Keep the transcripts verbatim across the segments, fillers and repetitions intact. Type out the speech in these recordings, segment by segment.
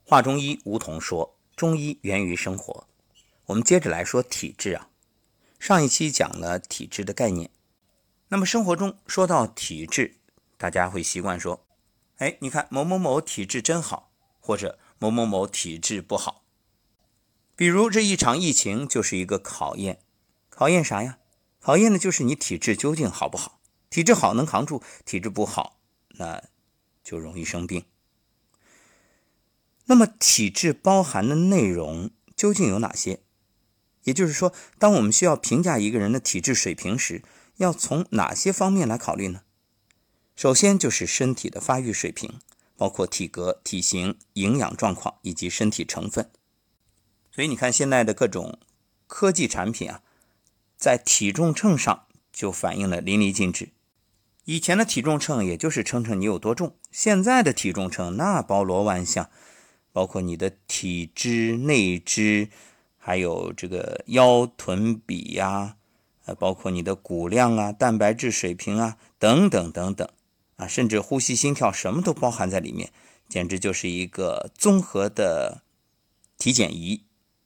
华中医吴桐说，中医源于生活。我们接着来说体质啊。上一期讲了体质的概念，那么生活中说到体质，大家会习惯说，哎，你看某某某体质真好，或者某某某体质不好。比如这一场疫情就是一个考验，考验啥呀？考验的就是你体质究竟好不好。体质好能扛住，体质不好，那就容易生病。那么体质包含的内容究竟有哪些？也就是说，当我们需要评价一个人的体质水平时，要从哪些方面来考虑呢？首先就是身体的发育水平，包括体格、体型、营养状况以及身体成分。所以你看现在的各种科技产品啊，在体重秤上就反映了淋漓尽致。以前的体重秤也就是称称你有多重，现在的体重秤那包罗万象，包括你的体脂、内脂，还有这个腰臀比呀、啊，包括你的骨量啊、蛋白质水平啊，等等等等啊，甚至呼吸、心跳什么都包含在里面，简直就是一个综合的体检仪。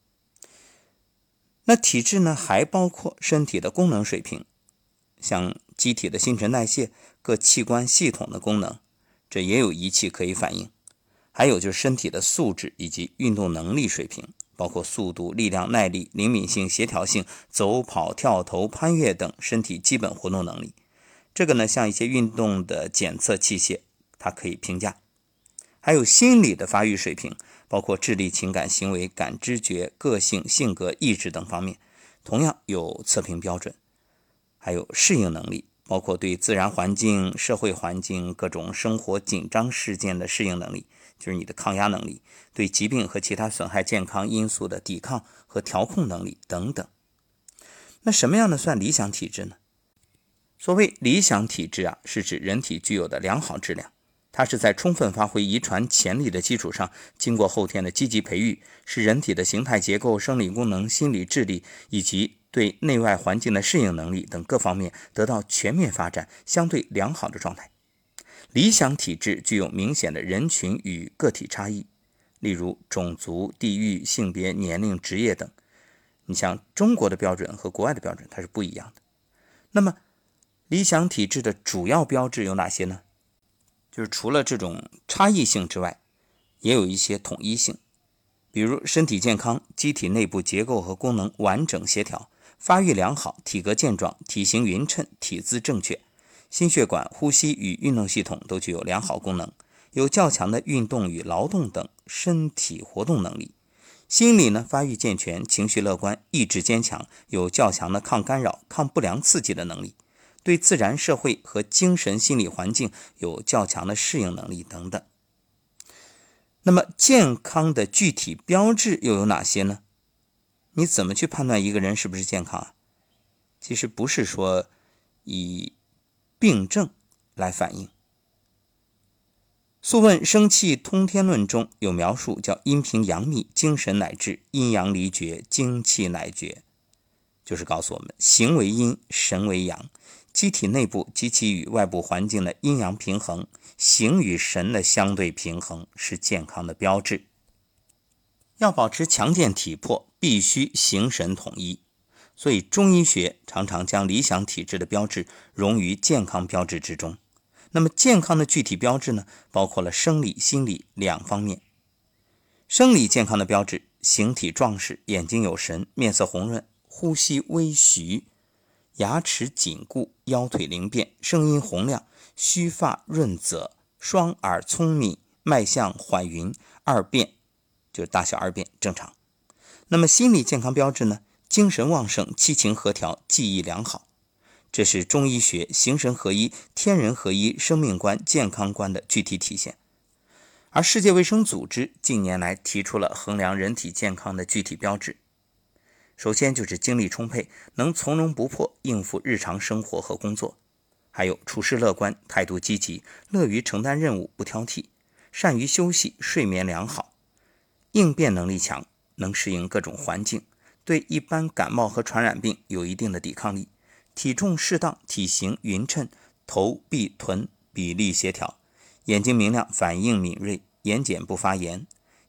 那体质呢，还包括身体的功能水平，像机体的新陈代谢、各器官系统的功能，这也有仪器可以反映。还有就是身体的素质以及运动能力水平，包括速度、力量、耐力、灵敏性、协调性、走跑、跳投、攀越等身体基本活动能力。这个呢，像一些运动的检测器械，它可以评价。还有心理的发育水平，包括智力、情感、行为、感知觉、个性、性格、意志等方面，同样有测评标准。还有适应能力，包括对自然环境、社会环境、各种生活紧张事件的适应能力，就是你的抗压能力，对疾病和其他损害健康因素的抵抗和调控能力等等。那什么样的算理想体质呢？所谓理想体质啊，是指人体具有的良好质量，它是在充分发挥遗传潜力的基础上，经过后天的积极培育，使人体的形态结构、生理功能、心理智力以及对内外环境的适应能力等各方面得到全面发展，相对良好的状态。理想体质具有明显的人群与个体差异，例如种族、地域、性别、年龄、职业等。你像中国的标准和国外的标准它是不一样的。那么理想体质的主要标志有哪些呢？就是除了这种差异性之外，也有一些统一性。比如身体健康，机体内部结构和功能完整协调，发育良好，体格健壮，体型匀称，体姿正确，心血管、呼吸与运动系统都具有良好功能，有较强的运动与劳动等身体活动能力。心理呢，发育健全，情绪乐观，意志坚强，有较强的抗干扰、抗不良刺激的能力，对自然社会和精神心理环境有较强的适应能力等等。那么健康的具体标志又有哪些呢？你怎么去判断一个人是不是健康啊？其实不是说以病症来反映。素问生气通天论中有描述，叫阴平阳秘，精神乃治，阴阳离绝，精气乃绝，就是告诉我们形为阴，神为阳，机体内部及其与外部环境的阴阳平衡，形与神的相对平衡是健康的标志。要保持强健体魄，必须形神统一，所以中医学常常将理想体质的标志融于健康标志之中。那么健康的具体标志呢，包括了生理、心理两方面。生理健康的标志，形体壮实，眼睛有神，面色红润，呼吸微徐，牙齿紧固，腰腿灵便，声音洪亮，须发润泽，双耳聪明，脉象缓匀，二便就是大小二便正常。那么心理健康标志呢，精神旺盛，七情合调，记忆良好。这是中医学形神合一、天人合一生命观、健康观的具体体现。而世界卫生组织近年来提出了衡量人体健康的具体标志。首先就是精力充沛，能从容不迫应付日常生活和工作，还有处事乐观，态度积极，乐于承担任务，不挑剔，善于休息，睡眠良好，应变能力强，能适应各种环境，对一般感冒和传染病有一定的抵抗力，体重适当，体型匀称，头臂臀比例协调，眼睛明亮，反应敏锐，眼睑不发炎，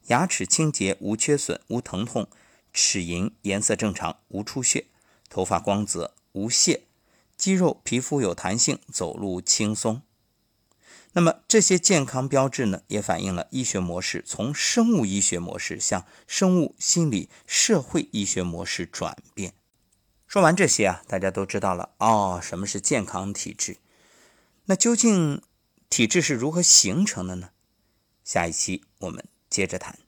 牙齿清洁，无缺损，无疼痛，齿龈颜色正常，无出血，头发光泽，无屑，肌肉皮肤有弹性，走路轻松。那么这些健康标志呢，也反映了医学模式从生物医学模式向生物心理社会医学模式转变。说完这些啊，大家都知道了哦，什么是健康体质？那究竟体质是如何形成的呢？下一期我们接着谈。